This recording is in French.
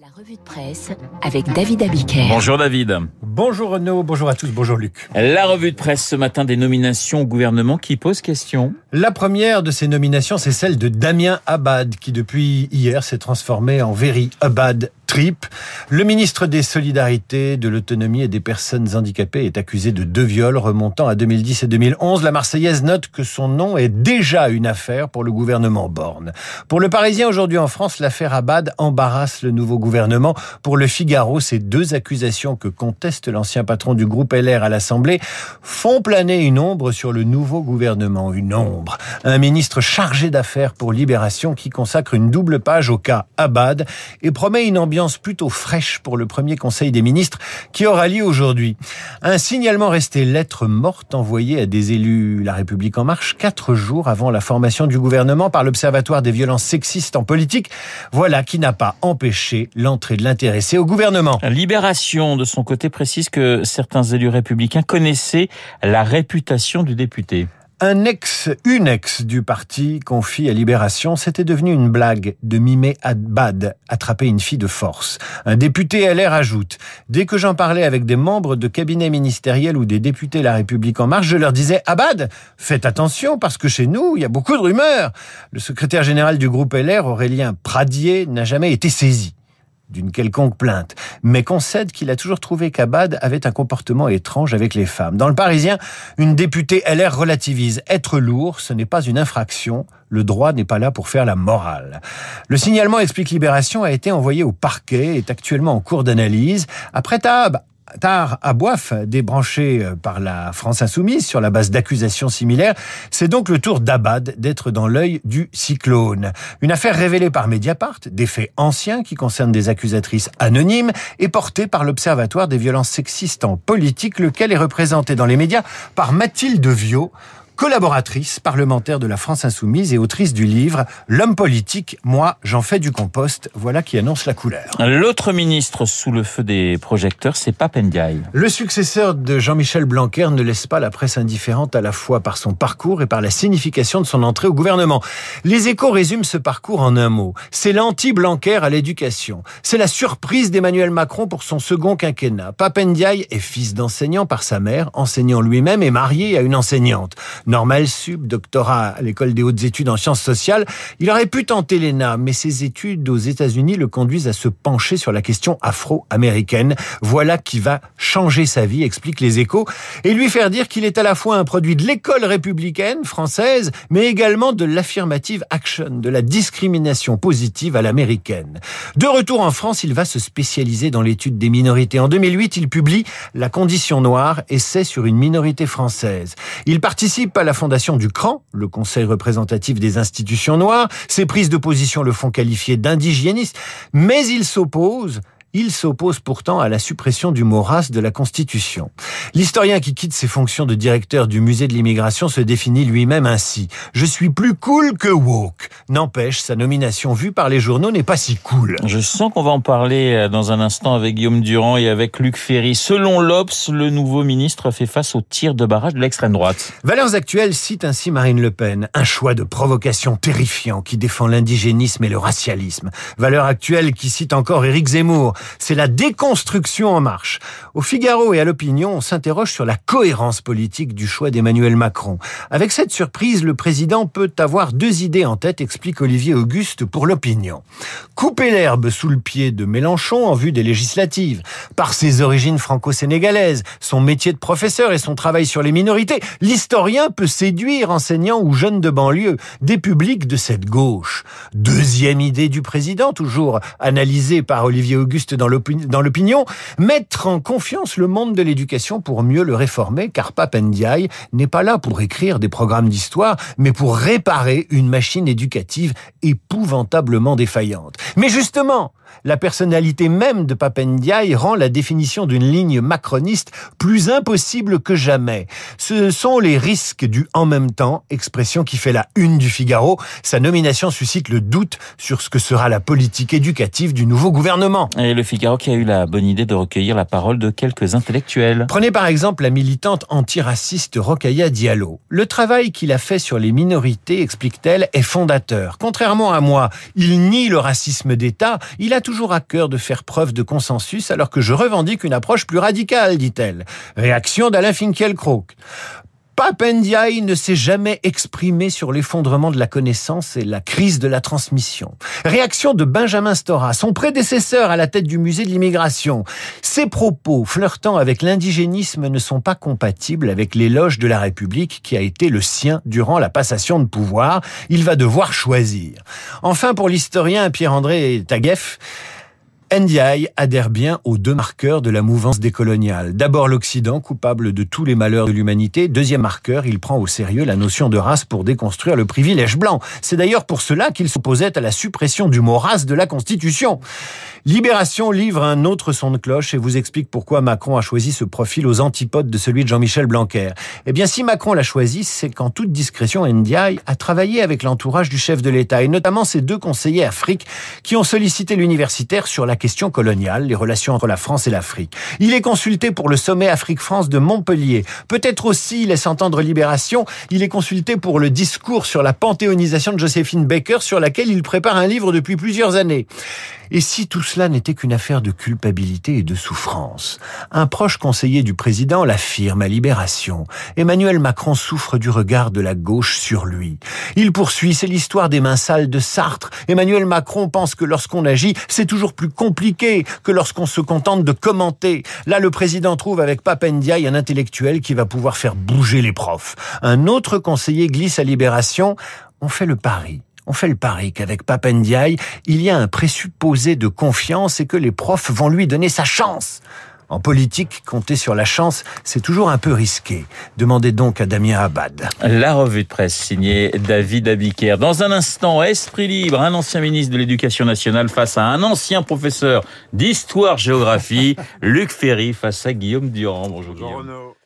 La revue de presse avec David Abiker. Bonjour David. Bonjour Renaud, bonjour à tous, bonjour Luc. La revue de presse ce matin des nominations au gouvernement qui pose question. La première de ces nominations, c'est celle de Damien Abad, qui depuis hier s'est transformé en Very Abad Trip. Le ministre des Solidarités, de l'Autonomie et des Personnes Handicapées est accusé de 2 viols remontant à 2010 et 2011. La Marseillaise note que son nom est déjà une affaire pour le gouvernement Borne. Pour le Parisien aujourd'hui en France, l'affaire Abad embarrasse le nouveau gouvernement. Pour le Figaro, ces 2 accusations que conteste l'ancien patron du groupe LR à l'Assemblée font planer une ombre sur le nouveau gouvernement. Une ombre. Un ministre chargé d'affaires pour Libération qui consacre une double page au cas Abad et promet une ambiance plutôt fraîche pour le premier conseil des ministres qui aura lieu aujourd'hui. Un signalement resté lettre morte envoyée à des élus La République En Marche 4 jours avant la formation du gouvernement par l'Observatoire des violences sexistes en politique. Voilà qui n'a pas empêché l'entrée de l'intéressé au gouvernement. Libération, de son côté, précise que certains élus républicains connaissaient la réputation du député. Une ex du parti confie à Libération, c'était devenu une blague de mimer Abad, attraper une fille de force. Un député LR ajoute, dès que j'en parlais avec des membres de cabinet ministériel ou des députés La République En Marche, je leur disais, Abad, faites attention parce que chez nous, il y a beaucoup de rumeurs. Le secrétaire général du groupe LR, Aurélien Pradier, n'a jamais été saisi d'une quelconque plainte, mais concède qu'il a toujours trouvé qu'Abad avait un comportement étrange avec les femmes. Dans le Parisien, une députée LR relativise. Être lourd, ce n'est pas une infraction. Le droit n'est pas là pour faire la morale. Le signalement, explique Libération, a été envoyé au parquet et est actuellement en cours d'analyse. Après Tahar Abouaf, débranché par la France Insoumise sur la base d'accusations similaires, c'est donc le tour d'Abad d'être dans l'œil du cyclone. Une affaire révélée par Mediapart, des faits anciens qui concernent des accusatrices anonymes et portée par l'Observatoire des violences sexistes en politique, lequel est représenté dans les médias par Mathilde Viau, collaboratrice parlementaire de la France Insoumise et autrice du livre « L'homme politique, moi, j'en fais du compost ». Voilà qui annonce la couleur. L'autre ministre sous le feu des projecteurs, c'est Pap Ndiaye. Le successeur de Jean-Michel Blanquer ne laisse pas la presse indifférente à la fois par son parcours et par la signification de son entrée au gouvernement. Les Échos résument ce parcours en un mot. C'est l'anti-Blanquer à l'éducation. C'est la surprise d'Emmanuel Macron pour son second quinquennat. Pap Ndiaye est fils d'enseignant par sa mère, enseignant lui-même et marié à une enseignante. Normal sup, doctorat à l'école des hautes études en sciences sociales. Il aurait pu tenter l'ENA, mais ses études aux États-Unis le conduisent à se pencher sur la question afro-américaine. Voilà qui va changer sa vie, explique les Échos, et lui faire dire qu'il est à la fois un produit de l'école républicaine française, mais également de l'affirmative action, de la discrimination positive à l'américaine. De retour en France, il va se spécialiser dans l'étude des minorités. En 2008, il publie La condition noire, essai sur une minorité française. Il participe à la fondation du CRAN, le Conseil représentatif des institutions noires. Ses prises de position le font qualifier d'indigéniste, mais il s'oppose pourtant à la suppression du mot race de la Constitution. L'historien qui quitte ses fonctions de directeur du musée de l'immigration se définit lui-même ainsi. Je suis plus cool que woke. N'empêche, sa nomination vue par les journaux n'est pas si cool. Je sens qu'on va en parler dans un instant avec Guillaume Durand et avec Luc Ferry. Selon l'Obs, le nouveau ministre fait face au tir de barrage de l'extrême droite. Valeurs Actuelles cite ainsi Marine Le Pen. Un choix de provocation terrifiant qui défend l'indigénisme et le racialisme. Valeurs Actuelles qui cite encore Éric Zemmour. C'est la déconstruction en marche. Au Figaro et à l'Opinion, on s'interroge sur la cohérence politique du choix d'Emmanuel Macron. Avec cette surprise, le président peut avoir 2 idées en tête, explique Olivier Auguste pour l'Opinion. Couper l'herbe sous le pied de Mélenchon en vue des législatives. Par ses origines franco-sénégalaises, son métier de professeur et son travail sur les minorités, l'historien peut séduire enseignants ou jeunes de banlieue, des publics de cette gauche. Deuxième idée du président, toujours analysée par Olivier Auguste dans l'Opinion, mettre en confiance le monde de l'éducation pour mieux le réformer, car Pap Ndiaye n'est pas là pour écrire des programmes d'histoire, mais pour réparer une machine éducative épouvantablement défaillante. Mais justement, la personnalité même de Pap Ndiaye rend la définition d'une ligne macroniste plus impossible que jamais. Ce sont les risques du « en même temps », expression qui fait la une du Figaro. Sa nomination suscite le doute sur ce que sera la politique éducative du nouveau gouvernement. Et le Figaro qui a eu la bonne idée de recueillir la parole de quelques intellectuels. Prenez par exemple la militante antiraciste Rokhaya Diallo. Le travail qu'il a fait sur les minorités, explique-t-elle, est fondateur. Contrairement à moi, il nie le racisme d'État, il a toujours à cœur de faire preuve de consensus alors que je revendique une approche plus radicale, dit-elle. Réaction d'Alain Finkielkraut. Pap Ndiaye ne s'est jamais exprimé sur l'effondrement de la connaissance et la crise de la transmission. Réaction de Benjamin Stora, son prédécesseur à la tête du musée de l'immigration. Ses propos flirtant avec l'indigénisme ne sont pas compatibles avec l'éloge de la République qui a été le sien durant la passation de pouvoir. Il va devoir choisir. Enfin, pour l'historien Pierre-André Taguieff, Ndiaye adhère bien aux deux marqueurs de la mouvance décoloniale. D'abord l'Occident, coupable de tous les malheurs de l'humanité. Deuxième marqueur, il prend au sérieux la notion de race pour déconstruire le privilège blanc. C'est d'ailleurs pour cela qu'il s'opposait à la suppression du mot race de la Constitution. Libération livre un autre son de cloche et vous explique pourquoi Macron a choisi ce profil aux antipodes de celui de Jean-Michel Blanquer. Eh bien, si Macron l'a choisi, c'est qu'en toute discrétion, Ndiaye a travaillé avec l'entourage du chef de l'État et notamment ses deux conseillers Afrique qui ont sollicité l'universitaire sur la question coloniale, les relations entre la France et l'Afrique. Il est consulté pour le sommet Afrique-France de Montpellier. Peut-être aussi, laisse entendre Libération, il est consulté pour le discours sur la panthéonisation de Joséphine Baker sur laquelle il prépare un livre depuis plusieurs années. Et si tout cela n'était qu'une affaire de culpabilité et de souffrance? Un proche conseiller du président l'affirme à Libération. Emmanuel Macron souffre du regard de la gauche sur lui. Il poursuit, c'est l'histoire des mains sales de Sartre. Emmanuel Macron pense que lorsqu'on agit, c'est toujours plus compliqué que lorsqu'on se contente de commenter. Là, le président trouve avec Pap Ndiaye un intellectuel qui va pouvoir faire bouger les profs. Un autre conseiller glisse à Libération. On fait le pari qu'avec Pap Ndiaye, il y a un présupposé de confiance et que les profs vont lui donner sa chance. En politique, compter sur la chance, c'est toujours un peu risqué. Demandez donc à Damien Abad. La revue de presse signée David Abiker. Dans un instant, Esprit libre, un ancien ministre de l'Éducation nationale face à un ancien professeur d'histoire-géographie, Luc Ferry face à Guillaume Durand. Bonjour Guillaume.